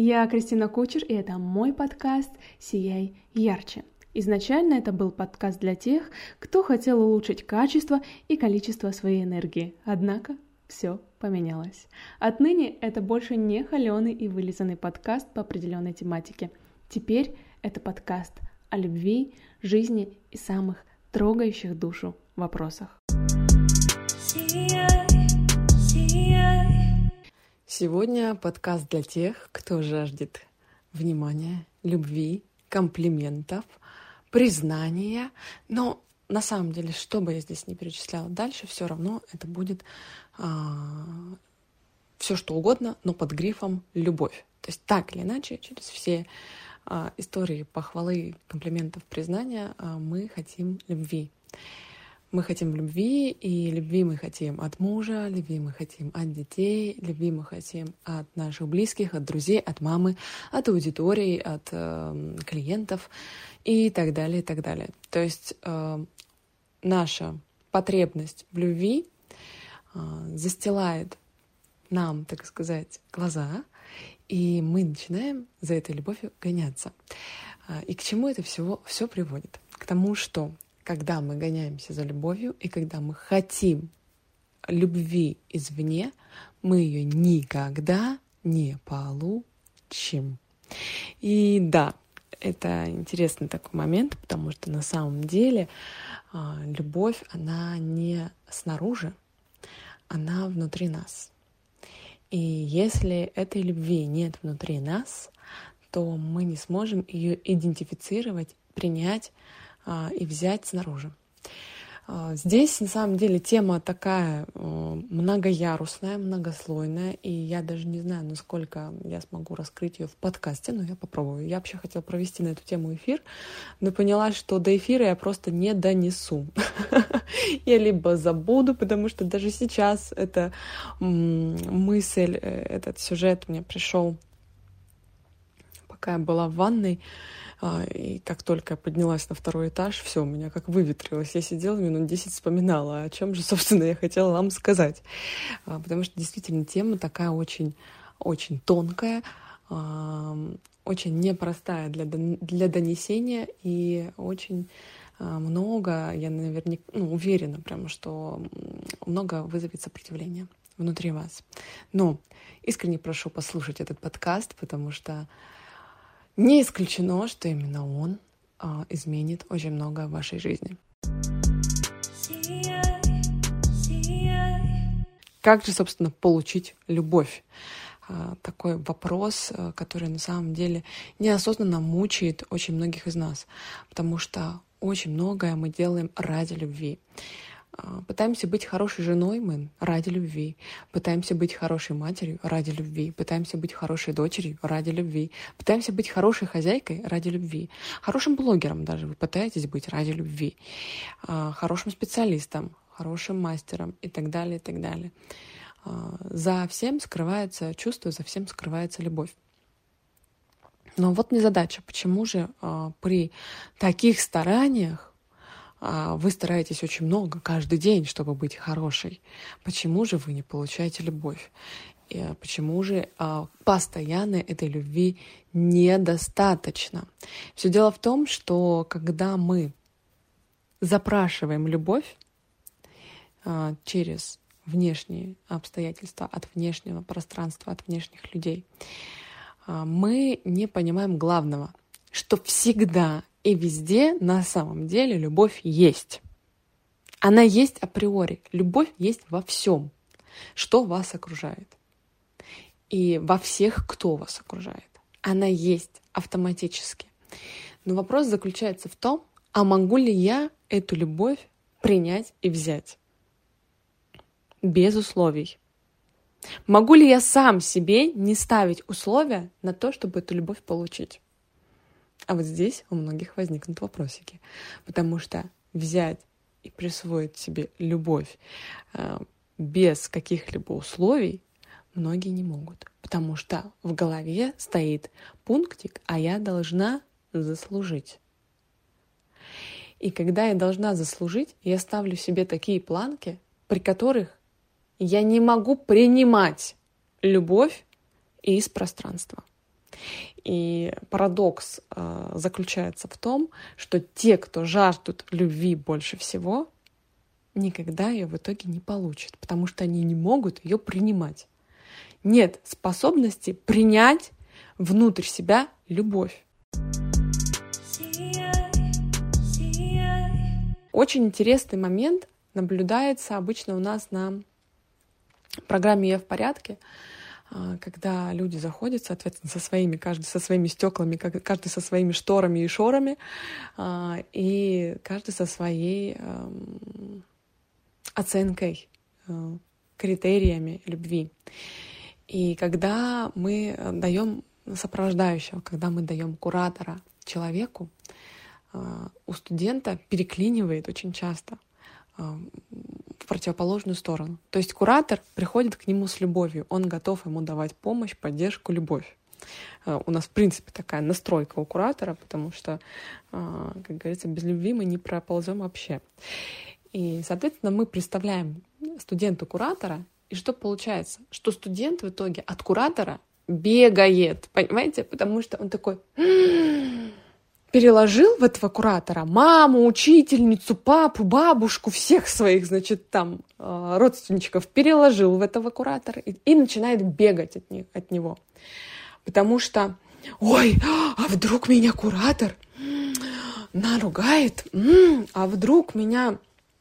Я Кристина Кучер, и это мой подкаст «Сияй ярче». Изначально это был подкаст для тех, кто хотел улучшить качество и количество своей энергии. Однако все поменялось. Отныне это больше не холеный и вылизанный подкаст по определенной тематике. Теперь это подкаст о любви, жизни и самых трогающих душу вопросах. Сегодня подкаст для тех, кто жаждет внимания, любви, комплиментов, признания. Но на самом деле, что бы я здесь ни перечисляла дальше, все равно это будет все что угодно, но под грифом «любовь». То есть так или иначе, через все истории похвалы, комплиментов, признания мы хотим любви. Мы хотим любви, и любви мы хотим от мужа, любви мы хотим от детей, любви мы хотим от наших близких, от друзей, от мамы, от аудитории, от клиентов и так далее, и так далее. То есть наша потребность в любви застилает нам, так сказать, глаза, и мы начинаем за этой любовью гоняться. И к чему это все приводит? К тому, что когда мы гоняемся за любовью и когда мы хотим любви извне, мы ее никогда не получим. И да, это интересный такой момент, потому что на самом деле любовь, она не снаружи, она внутри нас. И если этой любви нет внутри нас, то мы не сможем ее идентифицировать, принять и взять снаружи. Здесь, на самом деле, тема такая многоярусная, многослойная, и я даже не знаю, насколько я смогу раскрыть ее в подкасте, но я попробую. Я вообще хотела провести на эту тему эфир, но поняла, что до эфира я просто не донесу. Я либо забуду, потому что даже сейчас эта мысль, этот сюжет мне пришел, пока я была в ванной. И как только я поднялась на второй этаж, все, у меня как выветрилось. Я сидела минут 10, вспоминала, о чем же, собственно, я хотела вам сказать. Потому что действительно тема такая очень, очень тонкая, очень непростая для донесения и очень много, я наверняка, уверена прямо, что много вызовет сопротивления внутри вас. Но искренне прошу послушать этот подкаст, потому что не исключено, что именно он изменит очень много в вашей жизни. Как же, собственно, получить любовь? Такой вопрос, который на самом деле неосознанно мучает очень многих из нас, потому что очень многое мы делаем ради любви. Пытаемся быть хорошей женой мы ради любви, пытаемся быть хорошей матерью ради любви, пытаемся быть хорошей дочерью ради любви, пытаемся быть хорошей хозяйкой ради любви, хорошим блогером даже вы пытаетесь быть ради любви, хорошим специалистом, хорошим мастером и так далее, и так далее. За всем скрывается чувство, за всем скрывается любовь. Но вот незадача, почему же при таких стараниях вы стараетесь очень много каждый день, чтобы быть хорошей. Почему же вы не получаете любовь? И почему же постоянно этой любви недостаточно? Все дело в том, что когда мы запрашиваем любовь через внешние обстоятельства, от внешнего пространства, от внешних людей, мы не понимаем главного, что всегда и везде на самом деле любовь есть. Она есть априори. Любовь есть во всем, что вас окружает. И во всех, кто вас окружает. Она есть автоматически. Но вопрос заключается в том, а могу ли я эту любовь принять и взять? Без условий. Могу ли я сам себе не ставить условия на то, чтобы эту любовь получить? А вот здесь у многих возникнут вопросики, потому что взять и присвоить себе любовь без каких-либо условий многие не могут, потому что в голове стоит пунктик, а я должна заслужить. И когда я должна заслужить, я ставлю себе такие планки, при которых я не могу принимать любовь из пространства. И парадокс заключается в том, что те, кто жаждут любви больше всего, никогда ее в итоге не получат, потому что они не могут ее принимать. Нет способности принять внутрь себя любовь. Очень интересный момент наблюдается обычно у нас на программе «Я в порядке», когда люди заходят, соответственно, каждый со своими стеклами, каждый со своими шторами и шорами, и каждый со своей оценкой, критериями любви. И когда мы даем сопровождающего, когда мы даем куратора человеку, у студента переклинивает очень часто в противоположную сторону. То есть куратор приходит к нему с любовью, он готов ему давать помощь, поддержку, любовь. У нас, в принципе, такая настройка у куратора, потому что, как говорится, без любви мы не проползем вообще. И, соответственно, мы представляем студенту куратора, и что получается? Что студент в итоге от куратора бегает, понимаете? Потому что он такой... переложил в этого куратора маму, учительницу, папу, бабушку, всех своих, значит, там родственничков переложил в этого куратора и начинает бегать от него. Потому что, ой, а вдруг меня куратор наругает, а вдруг меня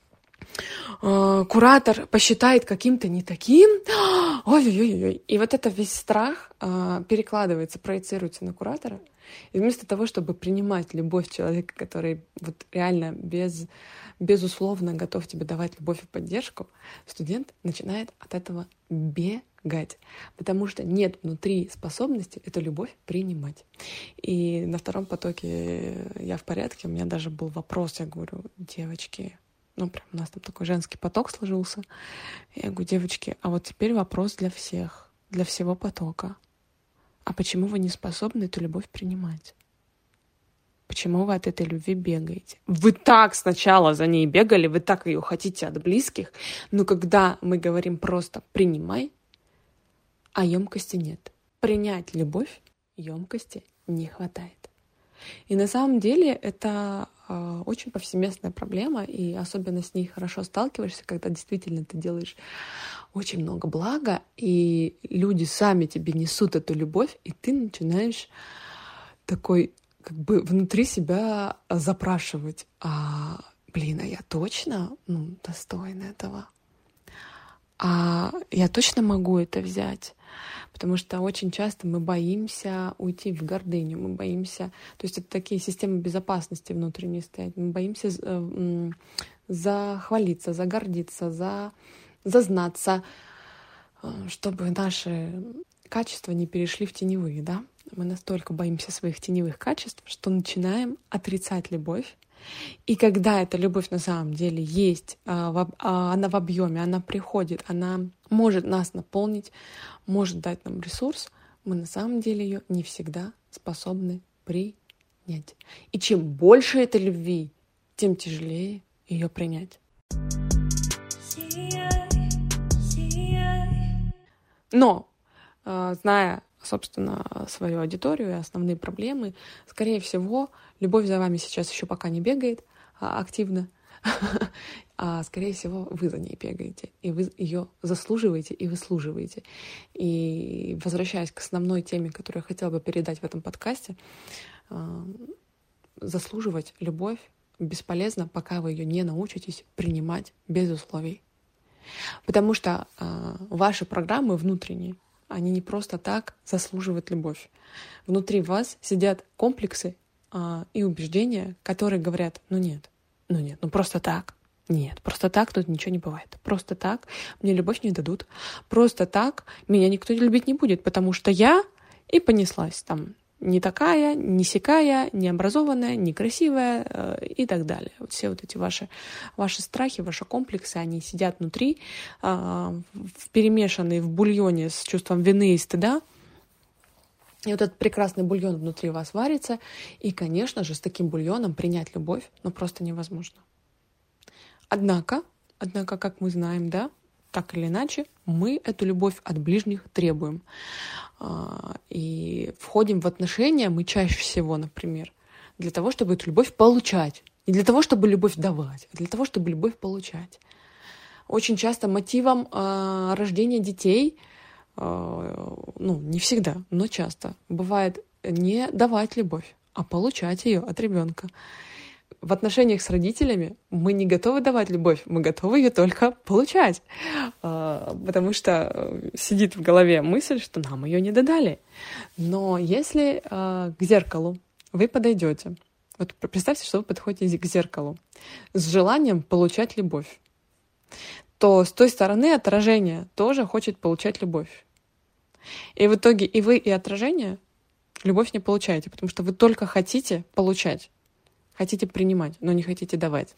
куратор посчитает каким-то не таким, ой-ой-ой. И вот это весь страх перекладывается, проецируется на куратора. И вместо того, чтобы принимать любовь человека, который вот реально безусловно готов тебе давать любовь и поддержку, студент начинает от этого бегать, потому что нет внутри способности эту любовь принимать. И на втором потоке «Я в порядке» у меня даже был вопрос, я говорю, девочки, прям у нас там такой женский поток сложился. Я говорю, девочки, а вот теперь вопрос для всех, для всего потока. А почему вы не способны эту любовь принимать? Почему вы от этой любви бегаете? Вы так сначала за ней бегали, вы так ее хотите от близких, но когда мы говорим просто «принимай», а емкости нет. Принять любовь емкости не хватает. И на самом деле это очень повсеместная проблема, и особенно с ней хорошо сталкиваешься, когда действительно ты делаешь очень много блага, и люди сами тебе несут эту любовь, и ты начинаешь такой как бы внутри себя запрашивать, а я точно достойна этого? А я точно могу это взять? Потому что очень часто мы боимся уйти в гордыню, мы боимся, то есть это такие системы безопасности внутренние стоят, мы боимся захвалиться, загордиться, зазнаться, чтобы наши качества не перешли в теневые, да? Мы настолько боимся своих теневых качеств, что начинаем отрицать любовь. И когда эта любовь на самом деле есть, она в объеме, она приходит, она может нас наполнить, может дать нам ресурс, мы на самом деле ее не всегда способны принять. И чем больше этой любви, тем тяжелее ее принять. Но, зная, собственно, свою аудиторию и основные проблемы, скорее всего, любовь за вами сейчас еще пока не бегает активно, а скорее всего, вы за ней бегаете, и вы ее заслуживаете и выслуживаете. И возвращаясь к основной теме, которую я хотела бы передать в этом подкасте, заслуживать любовь бесполезно, пока вы ее не научитесь принимать без условий. Потому что ваши программы внутренние, они не просто так заслуживают любовь. Внутри вас сидят комплексы и убеждения, которые говорят, просто так. Нет, просто так тут ничего не бывает. Просто так мне любовь не дадут. Просто так меня никто любить не будет, потому что я и понеслась там не такая, не сякая, не образованная, некрасивая и так далее. Вот все вот эти ваши страхи, ваши комплексы, они сидят внутри, перемешанные в бульоне с чувством вины и стыда. И вот этот прекрасный бульон внутри вас варится, и, конечно же, с таким бульоном принять любовь, просто невозможно. Однако, как мы знаем, да, так или иначе, мы эту любовь от ближних требуем. И входим в отношения мы чаще всего, например, для того, чтобы эту любовь получать. Не для того, чтобы любовь давать, а для того, чтобы любовь получать. Очень часто мотивом рождения детей, не всегда, но часто, бывает не давать любовь, а получать ее от ребенка. В отношениях с родителями мы не готовы давать любовь, мы готовы ее только получать. Потому что сидит в голове мысль, что нам ее не додали. Но если к зеркалу вы подойдете, вот представьте, что вы подходите к зеркалу с желанием получать любовь, то с той стороны отражение тоже хочет получать любовь. И в итоге и вы, и отражение любовь не получаете, потому что вы только хотите получать. Хотите принимать, но не хотите давать.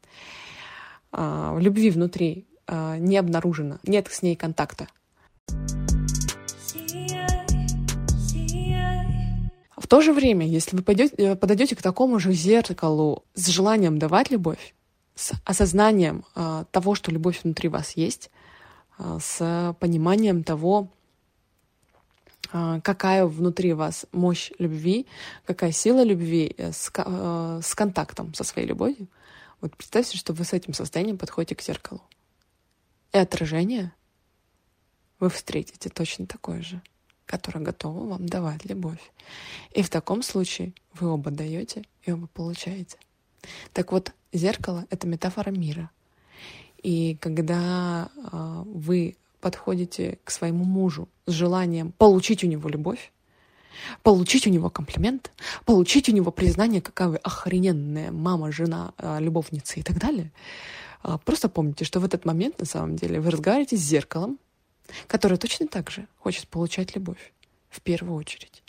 Любви внутри не обнаружено, нет с ней контакта. В то же время, если вы подойдете к такому же зеркалу с желанием давать любовь, с осознанием того, что любовь внутри вас есть, с пониманием того, какая внутри вас мощь любви, какая сила любви, с контактом со своей любовью. Вот представьте, что вы с этим состоянием подходите к зеркалу. И отражение вы встретите точно такое же, которое готово вам давать любовь. И в таком случае вы оба даете и оба получаете. Так вот, зеркало — это метафора мира. И когда вы подходите к своему мужу с желанием получить у него любовь, получить у него комплимент, получить у него признание, какая вы охрененная мама, жена, любовница и так далее, просто помните, что в этот момент на самом деле вы разговариваете с зеркалом, которое точно так же хочет получать любовь в первую очередь.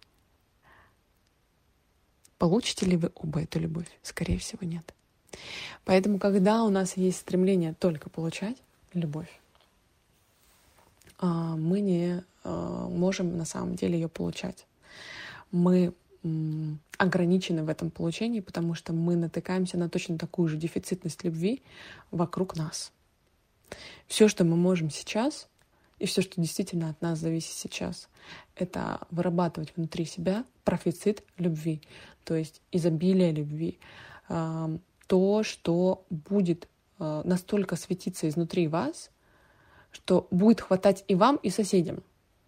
Получите ли вы оба эту любовь? Скорее всего, нет. Поэтому, когда у нас есть стремление только получать любовь, мы не можем на самом деле ее получать. Мы ограничены в этом получении, потому что мы натыкаемся на точно такую же дефицитность любви вокруг нас. Все, что мы можем сейчас, и все, что действительно от нас зависит сейчас, это вырабатывать внутри себя профицит любви, то есть изобилие любви. То, что будет настолько светиться изнутри вас, что будет хватать и вам, и соседям.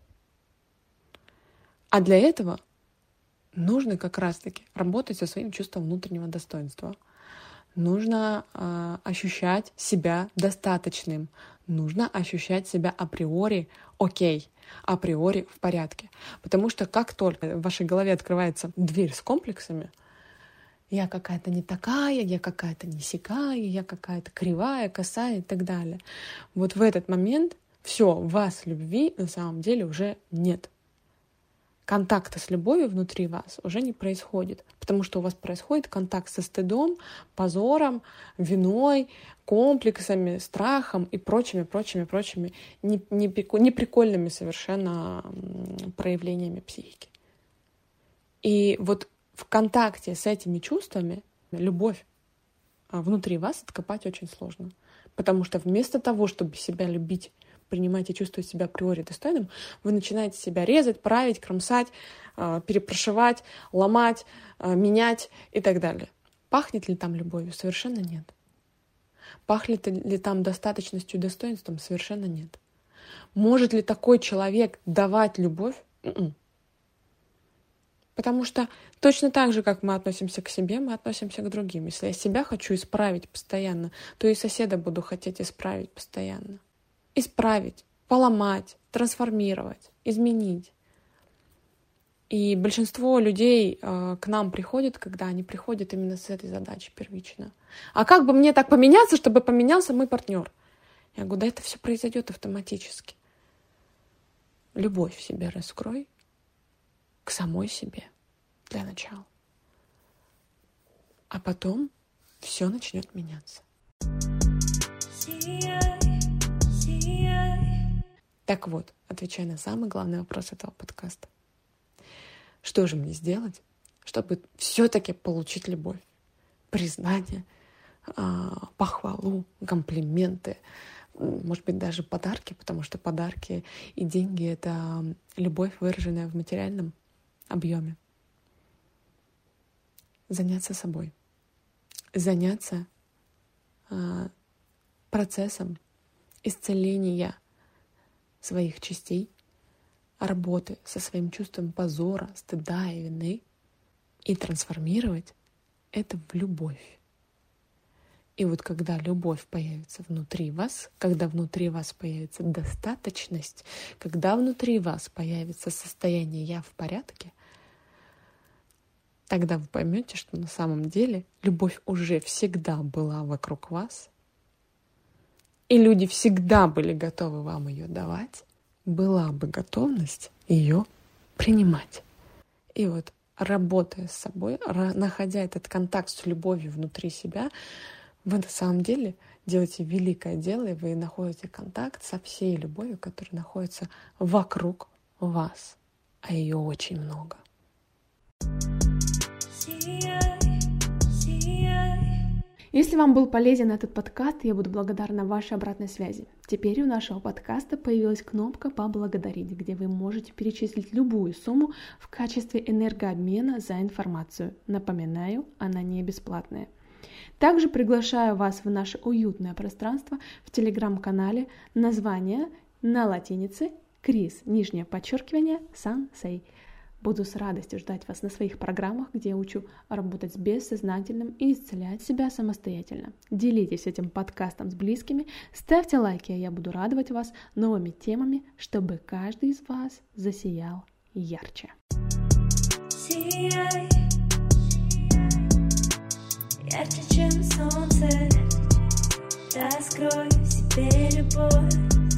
А для этого нужно как раз-таки работать со своим чувством внутреннего достоинства. Нужно ощущать себя достаточным. Нужно ощущать себя априори окей, априори в порядке. Потому что как только в вашей голове открывается дверь с комплексами, я какая-то не такая, я какая-то не сякая, я какая-то кривая, косая и так далее. Вот в этот момент все, вас любви на самом деле уже нет. Контакта с любовью внутри вас уже не происходит, потому что у вас происходит контакт со стыдом, позором, виной, комплексами, страхом и прочими неприкольными совершенно проявлениями психики. И вот в контакте с этими чувствами любовь внутри вас откопать очень сложно. Потому что вместо того, чтобы себя любить, принимать и чувствовать себя априори достойным, вы начинаете себя резать, править, кромсать, перепрошивать, ломать, менять и так далее. Пахнет ли там любовью? Совершенно нет. Пахнет ли там достаточностью и достоинством? Совершенно нет. Может ли такой человек давать любовь? Потому что точно так же, как мы относимся к себе, мы относимся к другим. Если я себя хочу исправить постоянно, то и соседа буду хотеть исправить постоянно. Исправить, поломать, трансформировать, изменить. И большинство людей к нам приходят, когда они приходят именно с этой задачей первично. А как бы мне так поменяться, чтобы поменялся мой партнер? Я говорю, да это все произойдет автоматически. Любовь в себе раскрой к самой себе для начала. А потом все начнет меняться. Так вот, отвечая на самый главный вопрос этого подкаста. Что же мне сделать, чтобы все-таки получить любовь, признание, похвалу, комплименты, может быть, даже подарки, потому что подарки и деньги — это любовь, выраженная в материальном объеме. Заняться собой, заняться процессом исцеления своих частей, работы со своим чувством позора, стыда и вины и трансформировать это в любовь. И вот когда любовь появится внутри вас, когда внутри вас появится достаточность, когда внутри вас появится состояние «я в порядке», тогда вы поймете, что на самом деле любовь уже всегда была вокруг вас, и люди всегда были готовы вам ее давать, была бы готовность ее принимать. И вот работая с собой, находя этот контакт с любовью внутри себя, вы на самом деле делаете великое дело, и вы находите контакт со всей любовью, которая находится вокруг вас. А ее очень много. Если вам был полезен этот подкаст, я буду благодарна вашей обратной связи. Теперь у нашего подкаста появилась кнопка «Поблагодарить», где вы можете перечислить любую сумму в качестве энергообмена за информацию. Напоминаю, она не бесплатная. Также приглашаю вас в наше уютное пространство в телеграм-канале, название на латинице Крис, _Сансей. Буду с радостью ждать вас на своих программах, где я учу работать с бессознательным и исцелять себя самостоятельно. Делитесь этим подкастом с близкими, ставьте лайки, а я буду радовать вас новыми темами, чтобы каждый из вас засиял ярче. Сияй, ярче, чем солнце, раскрой в себе любовь.